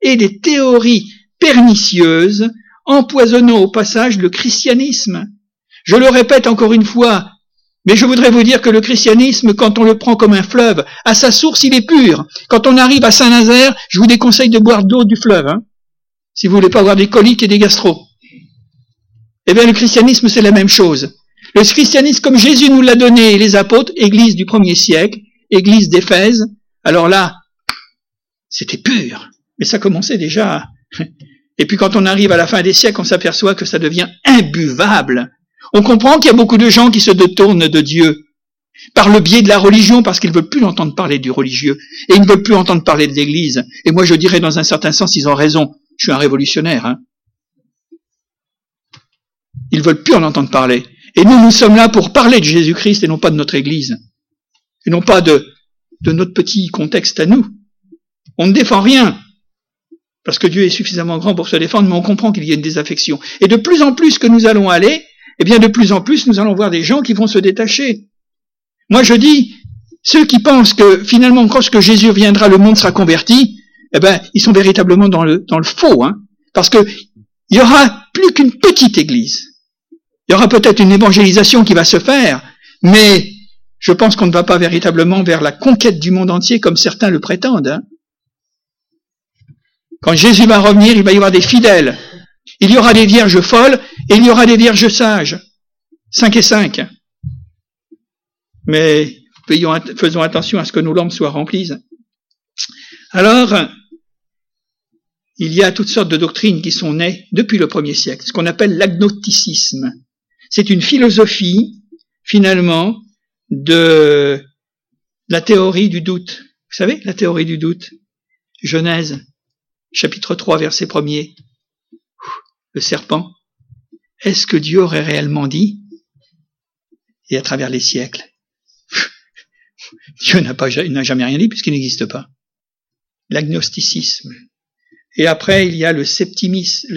pernicieuses, empoisonnant au passage le christianisme. Je le répète encore une fois, mais je voudrais vous dire que le christianisme, quand on le prend comme un fleuve, à sa source, il est pur. Quand on arrive à Saint-Nazaire, je vous déconseille de boire d'eau du fleuve, si vous voulez pas avoir des coliques et des gastro. Eh bien, le christianisme, c'est la même chose. Le christianisme, comme Jésus nous l'a donné, et les apôtres, église du 1er siècle, église d'Éphèse, alors là, c'était pur. Mais ça commençait déjà. Et puis quand on arrive à la fin des siècles, on s'aperçoit que ça devient imbuvable. On comprend qu'il y a beaucoup de gens qui se détournent de Dieu par le biais de la religion, parce qu'ils ne veulent plus entendre parler du religieux, et ils ne veulent plus entendre parler de l'Église. Et moi, je dirais, dans un certain sens, ils ont raison. Je suis un révolutionnaire. Ils ne veulent plus en entendre parler. Et nous sommes là pour parler de Jésus-Christ et non pas de notre Église. Et non pas de notre petit contexte à nous. On ne défend rien. Parce que Dieu est suffisamment grand pour se défendre, mais on comprend qu'il y a une désaffection. Et de plus en plus que nous allons aller, eh bien de plus en plus nous allons voir des gens qui vont se détacher. Moi je dis, ceux qui pensent que finalement quand Jésus reviendra, le monde sera converti, eh ben ils sont véritablement dans le faux, parce que il y aura plus qu'une petite église. Il y aura peut-être une évangélisation qui va se faire, mais Je pense qu'on ne va pas véritablement vers la conquête du monde entier comme certains le prétendent. Hein. Quand Jésus va revenir, il va y avoir des fidèles. Il y aura des vierges folles et il y aura des vierges sages. 5 et 5. Mais faisons attention à ce que nos lampes soient remplies. Alors, il y a toutes sortes de doctrines qui sont nées depuis le 1er siècle, ce qu'on appelle l'agnosticisme. C'est une philosophie, finalement, de la théorie du doute. Vous savez, la théorie du doute. Genèse, chapitre 3, verset 1er. Le serpent. Est-ce que Dieu aurait réellement dit? Et à travers les siècles, Dieu n'a jamais rien dit puisqu'il n'existe pas. L'agnosticisme. Et après, il y a le scepticisme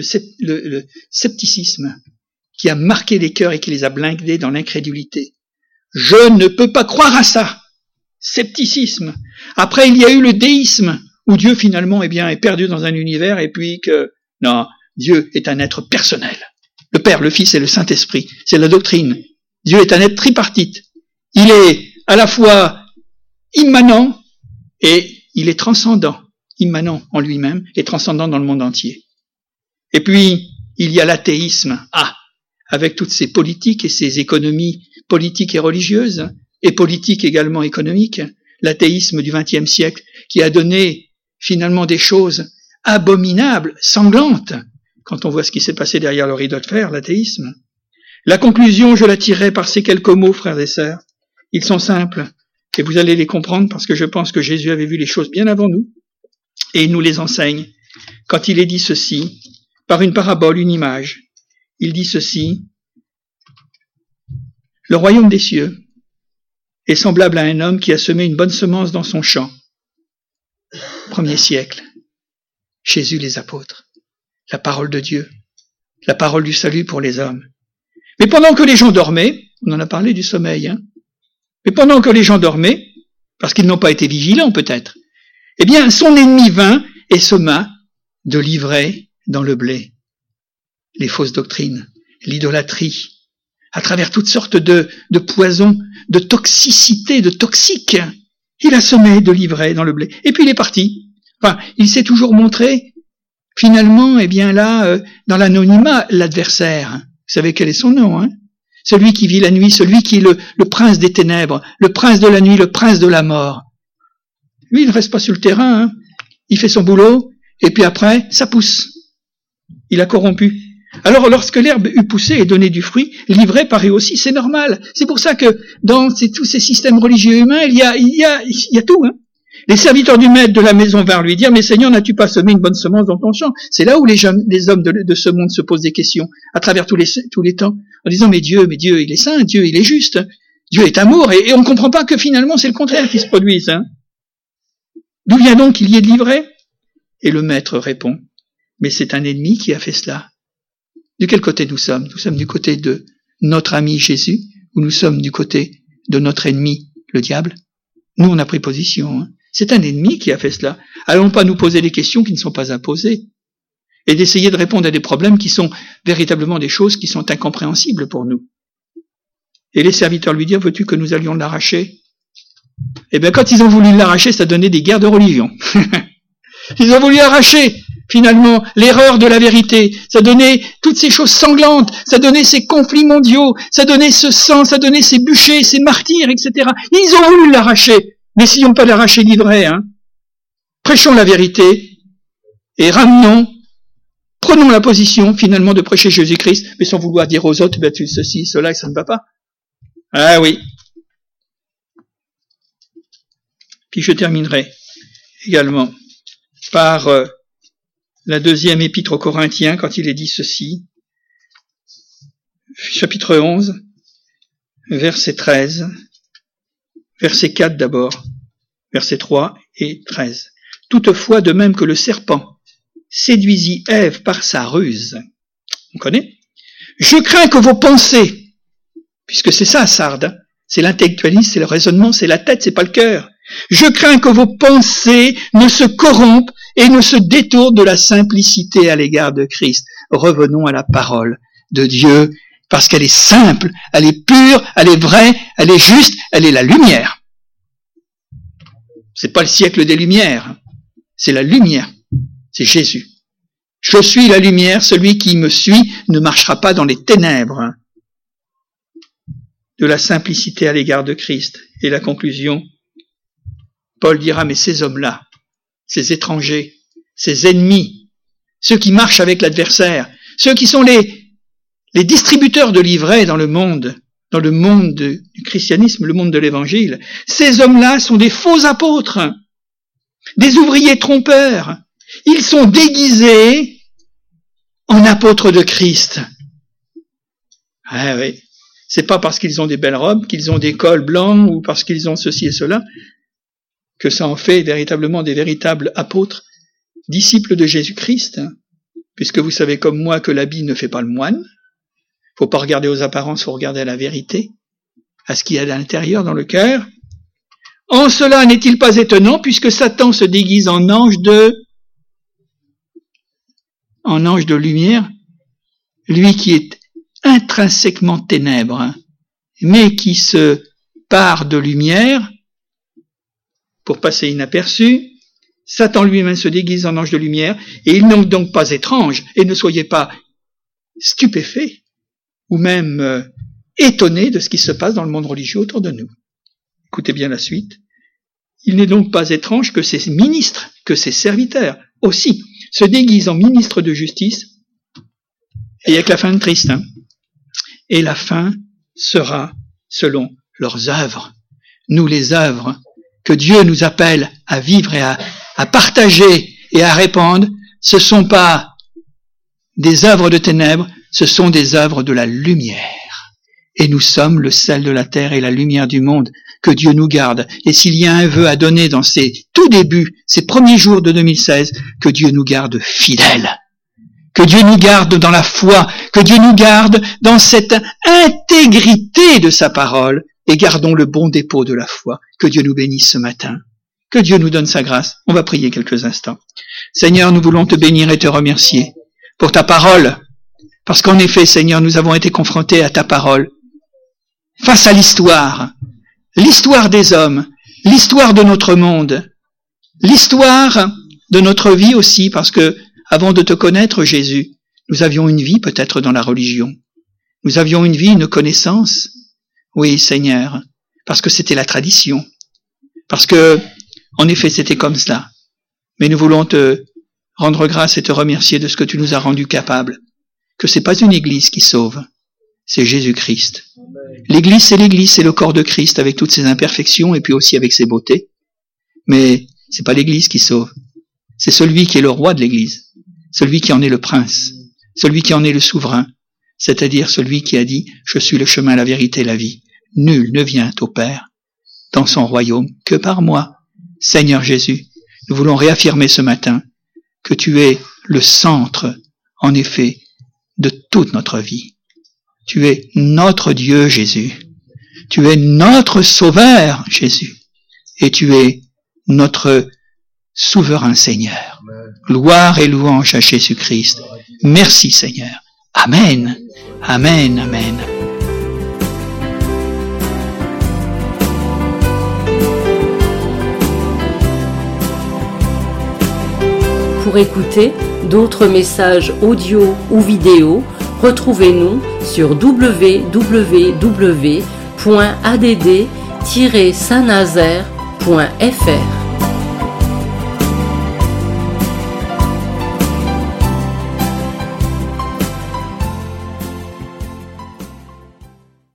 qui a marqué les cœurs et qui les a blindés dans l'incrédulité. Je ne peux pas croire à ça. Scepticisme. Après, il y a eu le déisme, où Dieu finalement est perdu dans un univers et puis que, non, Dieu est un être personnel. Le Père, le Fils et le Saint-Esprit. C'est la doctrine. Dieu est un être tripartite. Il est à la fois immanent et il est transcendant. Immanent en lui-même et transcendant dans le monde entier. Et puis, il y a l'athéisme. Avec toutes ces politiques et ces économies politiques et religieuses, et politiques également économiques, l'athéisme du XXe siècle qui a donné finalement des choses abominables, sanglantes, quand on voit ce qui s'est passé derrière le rideau de fer, l'athéisme. La conclusion, je la tirerai par ces quelques mots, frères et sœurs. Ils sont simples, et vous allez les comprendre parce que je pense que Jésus avait vu les choses bien avant nous, et il nous les enseigne. Quand il est dit ceci, par une parabole, une image, il dit ceci: le royaume des cieux est semblable à un homme qui a semé une bonne semence dans son champ. 1er siècle. Jésus, les apôtres. La parole de Dieu. La parole du salut pour les hommes. Mais pendant que les gens dormaient, on en a parlé du sommeil, mais pendant que les gens dormaient, parce qu'ils n'ont pas été vigilants peut-être, eh bien, son ennemi vint et sema de l'ivraie dans le blé. Les fausses doctrines, l'idolâtrie, à travers toutes sortes de poisons, de toxicité, de toxiques. Il a semé de l'ivraie dans le blé. Et puis il est parti. Enfin, il s'est toujours montré, finalement, eh bien là, dans l'anonymat, l'adversaire. Vous savez quel est son nom, Celui qui vit la nuit, celui qui est le prince des ténèbres, le prince de la nuit, le prince de la mort. Lui, il ne reste pas sur le terrain, Il fait son boulot, et puis après, ça pousse. Il a corrompu. Alors, lorsque l'herbe eut poussé et donné du fruit, l'ivraie paraît aussi, c'est normal. C'est pour ça que dans tous ces systèmes religieux humains, il y a tout, Les serviteurs du maître de la maison vinrent lui dire: mais Seigneur, n'as-tu pas semé une bonne semence dans ton champ? C'est là où les hommes de ce monde se posent des questions, à travers tous les temps, en disant: mais Dieu, il est saint, Dieu, il est juste, Dieu est amour, et on ne comprend pas que finalement c'est le contraire qui se produise, D'où vient donc qu'il y ait de l'ivraie? Et le maître répond: mais c'est un ennemi qui a fait cela. De quel côté nous sommes? Nous sommes du côté de notre ami Jésus, ou nous sommes du côté de notre ennemi, le diable? Nous, on a pris position, C'est un ennemi qui a fait cela. Allons pas nous poser des questions qui ne sont pas à poser. Et d'essayer de répondre à des problèmes qui sont véritablement des choses qui sont incompréhensibles pour nous. Et les serviteurs lui dirent: veux-tu que nous allions l'arracher? Eh bien, quand ils ont voulu l'arracher, ça donnait des guerres de religion. Ils ont voulu arracher, finalement, l'erreur de la vérité. Ça donnait toutes ces choses sanglantes, ça donnait ces conflits mondiaux, ça donnait ce sang, ça donnait ces bûchers, ces martyrs, etc. Ils ont voulu l'arracher. N'essayons pas d'arracher l'ivraie, Prêchons la vérité et prenons la position, finalement, de prêcher Jésus-Christ, mais sans vouloir dire aux autres: tu ceci, cela, et ça ne va pas. Ah oui. Puis je terminerai également par la deuxième épître aux Corinthiens, quand il est dit ceci, chapitre 11, verset 13, verset 4 d'abord, verset 3 et 13. Toutefois, de même que le serpent séduisit Ève par sa ruse, on connaît, je crains que vos pensées, puisque c'est ça, Sardes, c'est l'intellectualisme, c'est le raisonnement, c'est la tête, c'est pas le cœur. Je crains que vos pensées ne se corrompent et ne se détournent de la simplicité à l'égard de Christ. Revenons à la parole de Dieu Parce qu'elle est simple, elle est pure, elle est vraie, elle est juste, elle est la lumière. C'est pas le siècle des Lumières, c'est la lumière, c'est Jésus. Je suis la lumière, celui qui me suit ne marchera pas dans les ténèbres. De la simplicité à l'égard de Christ. Et la conclusion, Paul dira, mais ces hommes-là, ces étrangers, ces ennemis, ceux qui marchent avec l'adversaire, ceux qui sont les distributeurs de livrets dans le monde du christianisme, le monde de l'évangile, ces hommes-là sont des faux apôtres, des ouvriers trompeurs. Ils sont déguisés en apôtres de Christ. Ah oui, c'est pas parce qu'ils ont des belles robes, qu'ils ont des cols blancs ou parce qu'ils ont ceci et cela que ça en fait véritablement des véritables apôtres, disciples de Jésus-Christ, puisque vous savez comme moi que l'habit ne fait pas le moine. Faut pas regarder aux apparences, faut regarder à la vérité, à ce qu'il y a à l'intérieur, dans le cœur. En cela n'est-il pas étonnant, puisque Satan se déguise en ange de lumière, lui qui est intrinsèquement ténèbres, mais qui se pare de lumière pour passer inaperçu. Satan lui-même se déguise en ange de lumière, et il n'est donc pas étrange, et ne soyez pas stupéfaits, ou même étonnés de ce qui se passe dans le monde religieux autour de nous. Écoutez bien la suite. Il n'est donc pas étrange que ses ministres, que ses serviteurs aussi, se déguisent en ministres de justice, et avec la fin triste. Et la fin sera selon leurs œuvres. Nous, les œuvres que Dieu nous appelle à vivre et à partager et à répandre, ce ne sont pas des œuvres de ténèbres, ce sont des œuvres de la lumière. Et nous sommes le sel de la terre et la lumière du monde. Que Dieu nous garde. Et s'il y a un vœu à donner dans ces tout débuts, ces premiers jours de 2016, que Dieu nous garde fidèles. Que Dieu nous garde dans la foi. Que Dieu nous garde dans cette intégrité de sa parole. Et gardons le bon dépôt de la foi. Que Dieu nous bénisse ce matin. Que Dieu nous donne sa grâce. On va prier quelques instants. Seigneur, nous voulons te bénir et te remercier pour ta parole. Parce qu'en effet, Seigneur, nous avons été confrontés à ta parole. Face à l'histoire des hommes, l'histoire de notre monde, l'histoire de notre vie aussi, parce que avant de te connaître, Jésus, nous avions une vie peut-être dans la religion. Nous avions une vie, une connaissance. Oui, Seigneur, parce que c'était la tradition. Parce que, en effet, c'était comme cela. Mais nous voulons te rendre grâce et te remercier de ce que tu nous as rendu capables. Que c'est pas une église qui sauve, c'est Jésus-Christ. L'église, c'est le corps de Christ avec toutes ses imperfections et puis aussi avec ses beautés. Mais c'est pas l'église qui sauve. C'est celui qui est le roi de l'église. Celui qui en est le prince. Celui qui en est le souverain. C'est-à-dire celui qui a dit, je suis le chemin, la vérité, la vie. Nul ne vient au Père dans son royaume que par moi. Seigneur Jésus, nous voulons réaffirmer ce matin que tu es le centre, en effet, de toute notre vie. Tu es notre Dieu, Jésus. Tu es notre Sauveur, Jésus. Et tu es notre souverain Seigneur. Gloire et louange à Jésus-Christ. Merci, Seigneur. Amen. Amen. Amen. Pour écouter d'autres messages audio ou vidéo, retrouvez-nous sur www.add-saint-nazaire.fr.